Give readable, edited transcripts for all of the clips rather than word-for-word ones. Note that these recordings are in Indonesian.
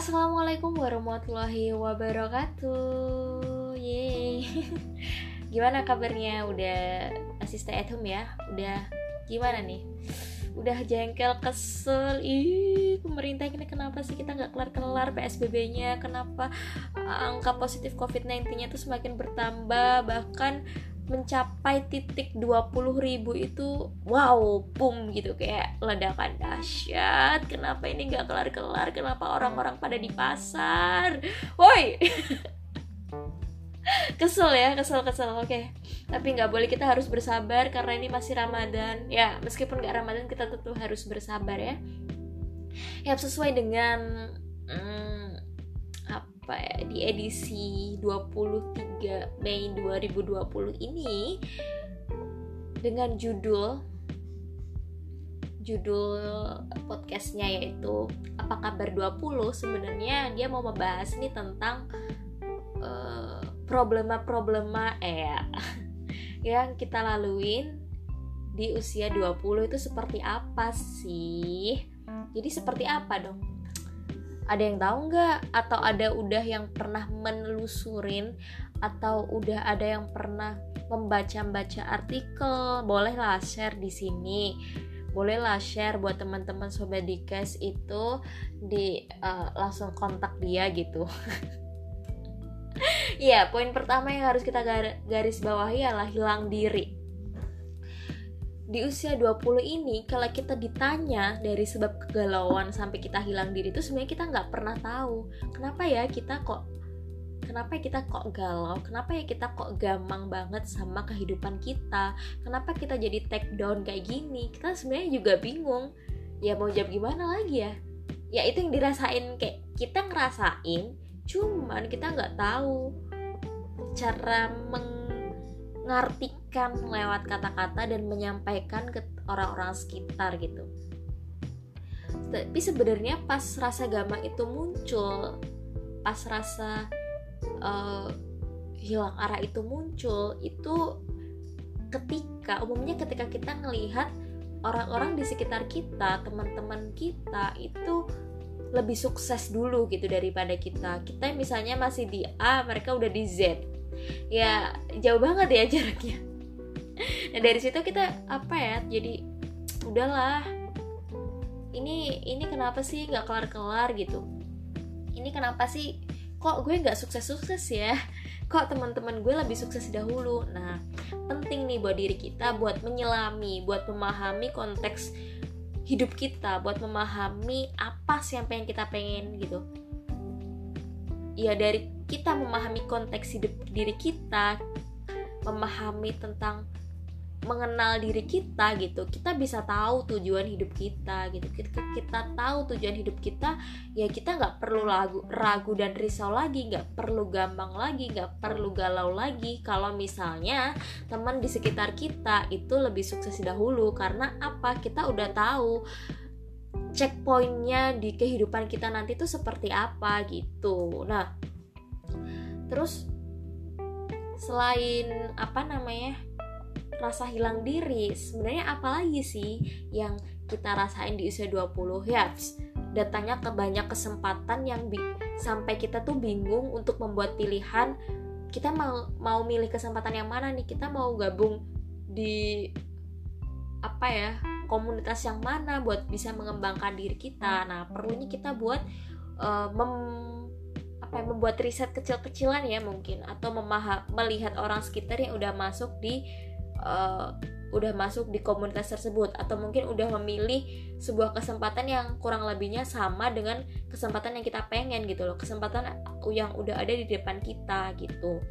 Assalamualaikum warahmatullahi wabarakatuh. Yeay. Gimana kabarnya? Udah masih stay at home ya? Udah gimana nih? Udah jengkel, kesel. Pemerintah ini kenapa sih kita gak kelar-kelar PSBB-nya? Kenapa angka positif COVID-19-nya tuh semakin bertambah, bahkan mencapai titik 20.000 itu, wow, boom gitu, kayak ledakan dahsyat. Kenapa ini gak kelar-kelar? Kenapa orang-orang pada di pasar? Woi. Kesel ya, kesel. Oke. Tapi nggak boleh, kita harus bersabar karena ini masih Ramadan. Ya, meskipun nggak Ramadan kita tetap harus bersabar ya. Ya, sesuai dengan di edisi 23 Mei 2020 ini dengan judul podcastnya yaitu Apa Kabar 20. Sebenarnya dia mau membahas nih tentang problema yang kita laluin di usia 20 itu seperti apa sih? Jadi seperti apa dong? Ada yang tahu nggak? Atau ada udah yang pernah menelusurin? Atau udah ada yang pernah membaca artikel? Bolehlah share di sini. Bolehlah share buat teman-teman Sobat Dikes itu langsung kontak dia gitu. Iya, poin pertama yang harus kita garis bawahi adalah hilang diri. Di usia 20 ini, kalau kita ditanya dari sebab kegalauan sampai kita hilang diri itu sebenarnya kita nggak pernah tahu. Kenapa ya kita kok galau? Kenapa ya kita kok gampang banget sama kehidupan kita? Kenapa kita jadi take down kayak gini? Kita sebenarnya juga bingung. Ya mau jawab gimana lagi ya? Ya itu yang dirasain, kayak kita ngerasain, cuman kita nggak tahu cara mengartikan lewat kata-kata dan menyampaikan ke orang-orang sekitar gitu. Tapi sebenarnya pas rasa gampang itu muncul, pas rasa hilang arah itu muncul, itu ketika kita ngelihat orang-orang di sekitar kita, teman-teman kita itu lebih sukses dulu gitu daripada kita. Kita misalnya masih di A, mereka udah di Z. Ya jauh banget ya jaraknya. Nah dari situ kita jadi udahlah, ini kenapa sih nggak kelar-kelar gitu, ini kenapa sih kok gue nggak sukses ya, kok teman-teman gue lebih sukses dahulu. Nah penting nih buat diri kita, buat menyelami, buat memahami konteks hidup kita, buat memahami apa sih yang pengen kita pengen gitu. Ya dari kita memahami konteks hidup diri kita, memahami tentang mengenal diri kita gitu, kita bisa tahu tujuan hidup kita gitu. Kita tahu tujuan hidup kita, ya kita nggak perlu ragu dan risau lagi, nggak perlu gampang lagi, nggak perlu galau lagi kalau misalnya teman di sekitar kita itu lebih sukses dahulu. Karena apa? Kita udah tahu checkpointnya di kehidupan kita nanti tuh seperti apa gitu. Nah terus selain rasa hilang diri, sebenarnya apa lagi sih yang kita rasain di usia 20 ya? Datangnya ke banyak kesempatan yang sampai kita tuh bingung untuk membuat pilihan. Kita mau milih kesempatan yang mana nih? Kita mau gabung di komunitas yang mana buat bisa mengembangkan diri kita. Nah perlunya kita buat membuat riset kecil-kecilan ya mungkin, atau melihat orang sekitar yang udah masuk di komunitas tersebut, atau mungkin udah memilih sebuah kesempatan yang kurang lebihnya sama dengan kesempatan yang kita pengen gitu loh, kesempatan yang udah ada di depan kita gitu.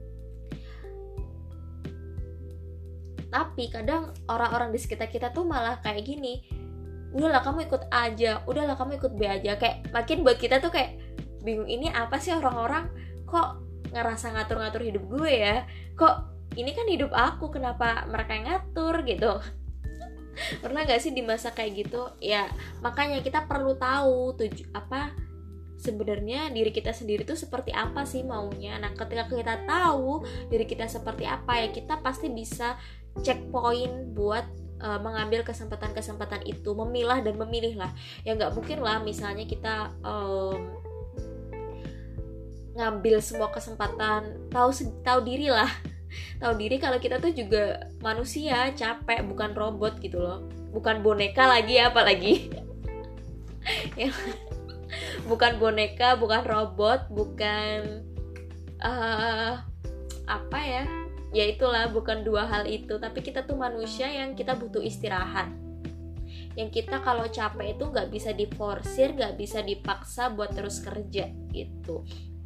Tapi kadang orang-orang di sekitar kita tuh malah kayak gini, udahlah kamu ikut aja, udahlah kamu ikut B aja, kayak makin buat kita tuh kayak bingung, ini apa sih orang-orang kok ngerasa ngatur-ngatur hidup gue ya, kok ini kan hidup aku, kenapa mereka yang ngatur gitu. Pernah gak sih di masa kayak gitu? Ya makanya kita perlu tahu sebenarnya diri kita sendiri tuh seperti apa sih maunya. Nah ketika kita tahu diri kita seperti apa, ya kita pasti bisa checkpoint buat mengambil kesempatan-kesempatan itu, memilah dan memilih lah. Ya nggak mungkin lah misalnya kita ngambil semua kesempatan, tahu diri lah. Tahu diri kalau kita tuh juga manusia, capek, bukan robot gitu loh. Bukan boneka lagi ya, apalagi. Ya, bukan boneka, bukan robot, bukan apa ya? Ya itulah, bukan dua hal itu. Tapi kita tuh manusia yang kita butuh istirahat. Yang kita kalau capek itu nggak bisa diforsir, nggak bisa dipaksa buat terus kerja gitu.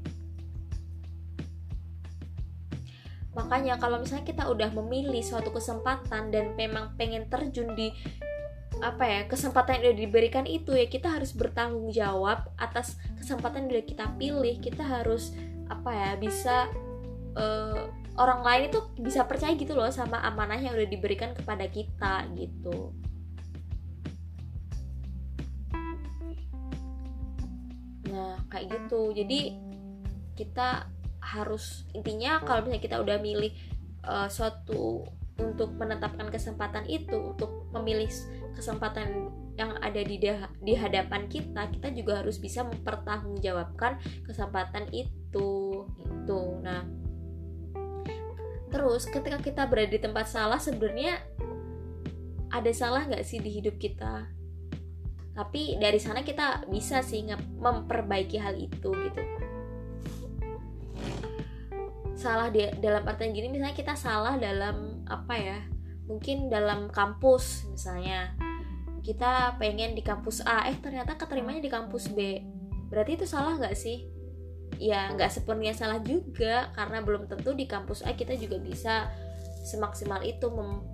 Makanya kalau misalnya kita udah memilih suatu kesempatan dan memang pengen terjun di kesempatan yang udah diberikan itu, ya kita harus bertanggung jawab atas kesempatan yang udah kita pilih. Kita harus bisa orang lain itu bisa percaya gitu loh sama amanah yang udah diberikan kepada kita gitu. Nah kayak gitu. Jadi kita harus, intinya kalau misalnya kita udah milih suatu untuk menetapkan kesempatan itu, untuk memilih kesempatan yang ada di hadapan kita juga harus bisa mempertanggungjawabkan kesempatan itu gitu. Nah terus ketika kita berada di tempat salah, sebenarnya ada salah nggak sih di hidup kita? Tapi dari sana kita bisa sih memperbaiki hal itu gitu. Salah dalam artian gini, misalnya kita salah dalam mungkin dalam kampus. Misalnya kita pengen di kampus A, ternyata keterimanya di kampus B. Berarti itu salah nggak sih? Ya nggak sepenuhnya salah juga, karena belum tentu di kampus A kita juga bisa semaksimal itu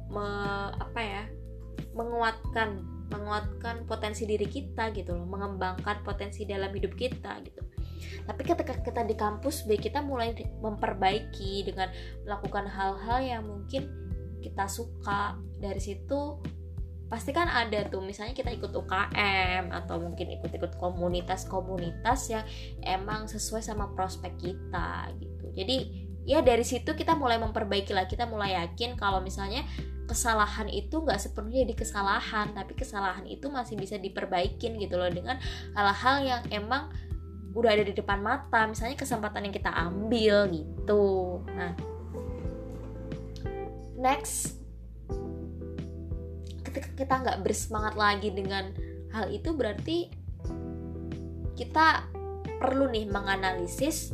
menguatkan potensi diri kita gitu loh, mengembangkan potensi dalam hidup kita gitu. Tapi ketika kita di kampus B, kita mulai memperbaiki dengan melakukan hal-hal yang mungkin kita suka. Dari situ pasti kan ada tuh, misalnya kita ikut UKM atau mungkin ikut komunitas-komunitas yang emang sesuai sama prospek kita gitu. Jadi ya dari situ kita mulai memperbaiki lah, kita mulai yakin kalau misalnya kesalahan itu nggak sepenuhnya jadi kesalahan, tapi kesalahan itu masih bisa diperbaikin gitu loh dengan hal-hal yang emang udah ada di depan mata, misalnya kesempatan yang kita ambil gitu. Nah, next, ketika kita nggak bersemangat lagi dengan hal itu, berarti kita perlu nih menganalisis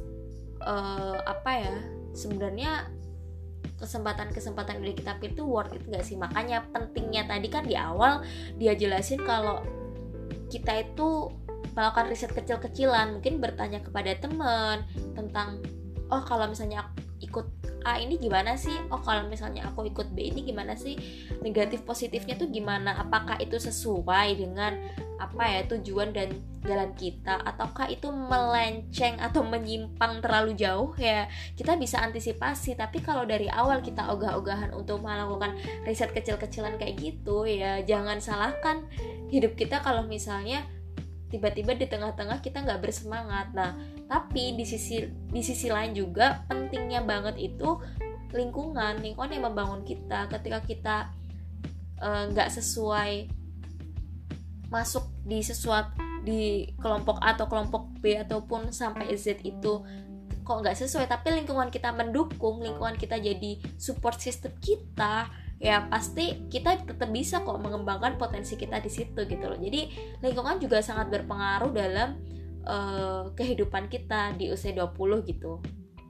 sebenarnya kesempatan-kesempatan yang udah kita pilih itu worth it nggak sih. Makanya pentingnya tadi kan di awal dia jelasin kalau kita itu melakukan riset kecil-kecilan, mungkin bertanya kepada teman tentang kalau misalnya aku ikut A ini gimana sih, kalau misalnya aku ikut B ini gimana sih, negatif positifnya tuh gimana, apakah itu sesuai dengan tujuan dan jalan kita, ataukah itu melenceng atau menyimpang terlalu jauh, ya kita bisa antisipasi. Tapi kalau dari awal kita ogah-ogahan untuk melakukan riset kecil-kecilan kayak gitu, ya jangan salahkan hidup kita kalau misalnya tiba-tiba di tengah-tengah kita nggak bersemangat. Nah, tapi di sisi lain juga pentingnya banget itu lingkungan yang membangun kita. Ketika kita nggak sesuai masuk di kelompok A atau kelompok B ataupun sampai Z itu kok nggak sesuai, tapi lingkungan kita mendukung, lingkungan kita jadi support system kita, ya pasti kita tetap bisa kok mengembangkan potensi kita di situ gitu loh. Jadi lingkungan juga sangat berpengaruh dalam kehidupan kita di usia 20 gitu.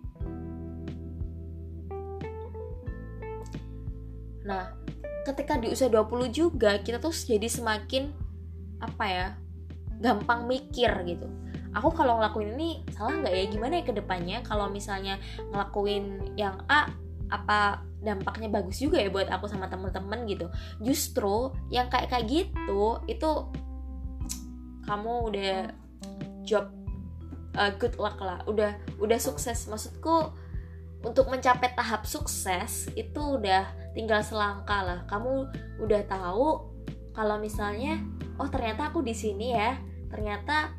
Nah, ketika di usia 20 juga kita tuh jadi semakin gampang mikir gitu. Aku kalau ngelakuin ini salah nggak ya, gimana ya ke depannya, kalau misalnya ngelakuin yang A apa dampaknya bagus juga ya buat aku sama temen-temen gitu. Justru yang kayak gitu itu kamu udah job good luck lah, udah sukses. Maksudku untuk mencapai tahap sukses itu udah tinggal selangkah lah. Kamu udah tahu kalau misalnya ternyata aku di sini ya, ternyata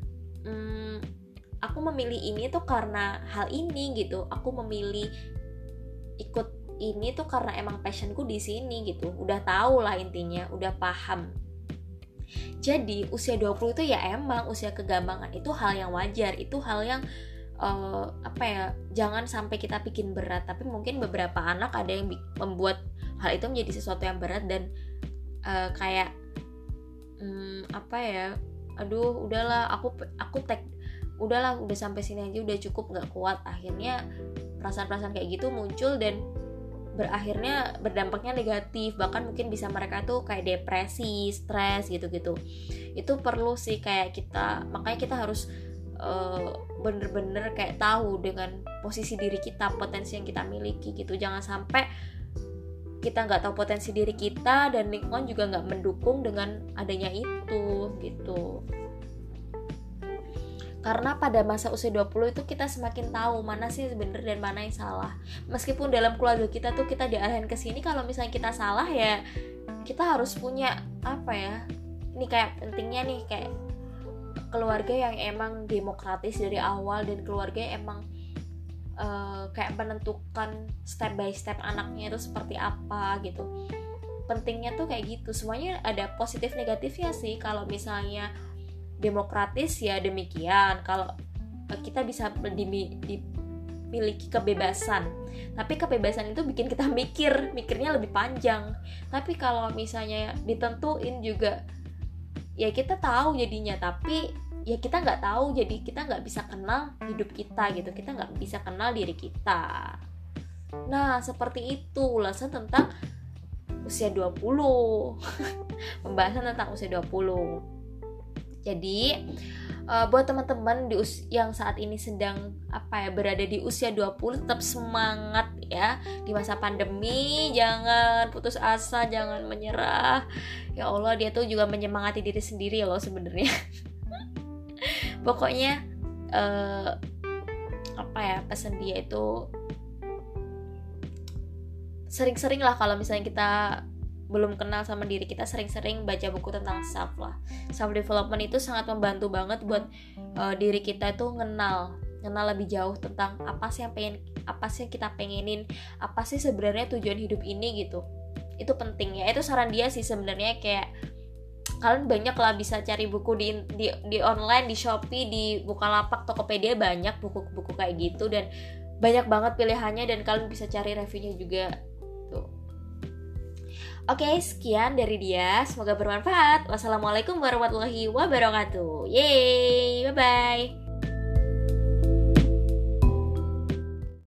aku memilih ini tuh karena hal ini gitu. Aku memilih ikut ini tuh karena emang passionku di sini gitu. Udah tahu lah intinya, udah paham. Jadi usia 20 itu ya emang usia kegambangan, itu hal yang wajar, itu hal yang jangan sampai kita bikin berat. Tapi mungkin beberapa anak ada yang membuat hal itu menjadi sesuatu yang berat dan aduh udahlah aku udahlah udah sampai sini aja udah cukup, nggak kuat. Akhirnya perasaan-perasaan kayak gitu muncul dan berakhirnya berdampaknya negatif, bahkan mungkin bisa mereka tuh kayak depresi, stres gitu-gitu. Itu perlu sih kayak kita, makanya kita harus bener-bener kayak tahu dengan posisi diri kita, potensi yang kita miliki gitu. Jangan sampai kita nggak tahu potensi diri kita dan lingkungan juga nggak mendukung dengan adanya itu gitu. Karena pada masa usia 20 itu kita semakin tahu mana sih benar dan mana yang salah. Meskipun dalam keluarga kita tuh kita diarahin ke sini kalau misalnya kita salah ya kita harus punya ini kayak pentingnya nih kayak keluarga yang emang demokratis dari awal dan keluarga yang emang kayak menentukan step by step anaknya itu seperti apa gitu. Pentingnya tuh kayak gitu. Semuanya ada positif negatifnya sih. Kalau misalnya demokratis ya demikian, kalau kita bisa dimiliki kebebasan, tapi kebebasan itu bikin kita mikirnya lebih panjang. Tapi kalau misalnya ditentuin juga ya kita tahu jadinya, tapi ya kita nggak tahu, jadi kita nggak bisa kenal hidup kita gitu, kita nggak bisa kenal diri kita. Nah seperti itu ulasan tentang usia 20 pembahasan tentang usia 20. Jadi buat teman-teman yang saat ini sedang berada di usia 20, tetap semangat ya di masa pandemi, jangan putus asa, jangan menyerah. Ya Allah, dia tuh juga menyemangati diri sendiri loh sebenarnya. Pokoknya pesan dia itu sering-sering lah kalau misalnya kita belum kenal sama diri kita, sering-sering baca buku tentang self lah. Self development itu sangat membantu banget buat diri kita itu kenal lebih jauh tentang apa sih yang kita pengenin, apa sih sebenarnya tujuan hidup ini gitu. Itu penting ya. Itu saran dia sih sebenarnya, kayak kalian banyak lah bisa cari buku di online, di Shopee, di Bukalapak, Tokopedia, banyak buku-buku kayak gitu dan banyak banget pilihannya dan kalian bisa cari reviewnya juga tuh. Oke, sekian dari dia. Semoga bermanfaat. Wassalamualaikum warahmatullahi wabarakatuh. Yeay, bye-bye.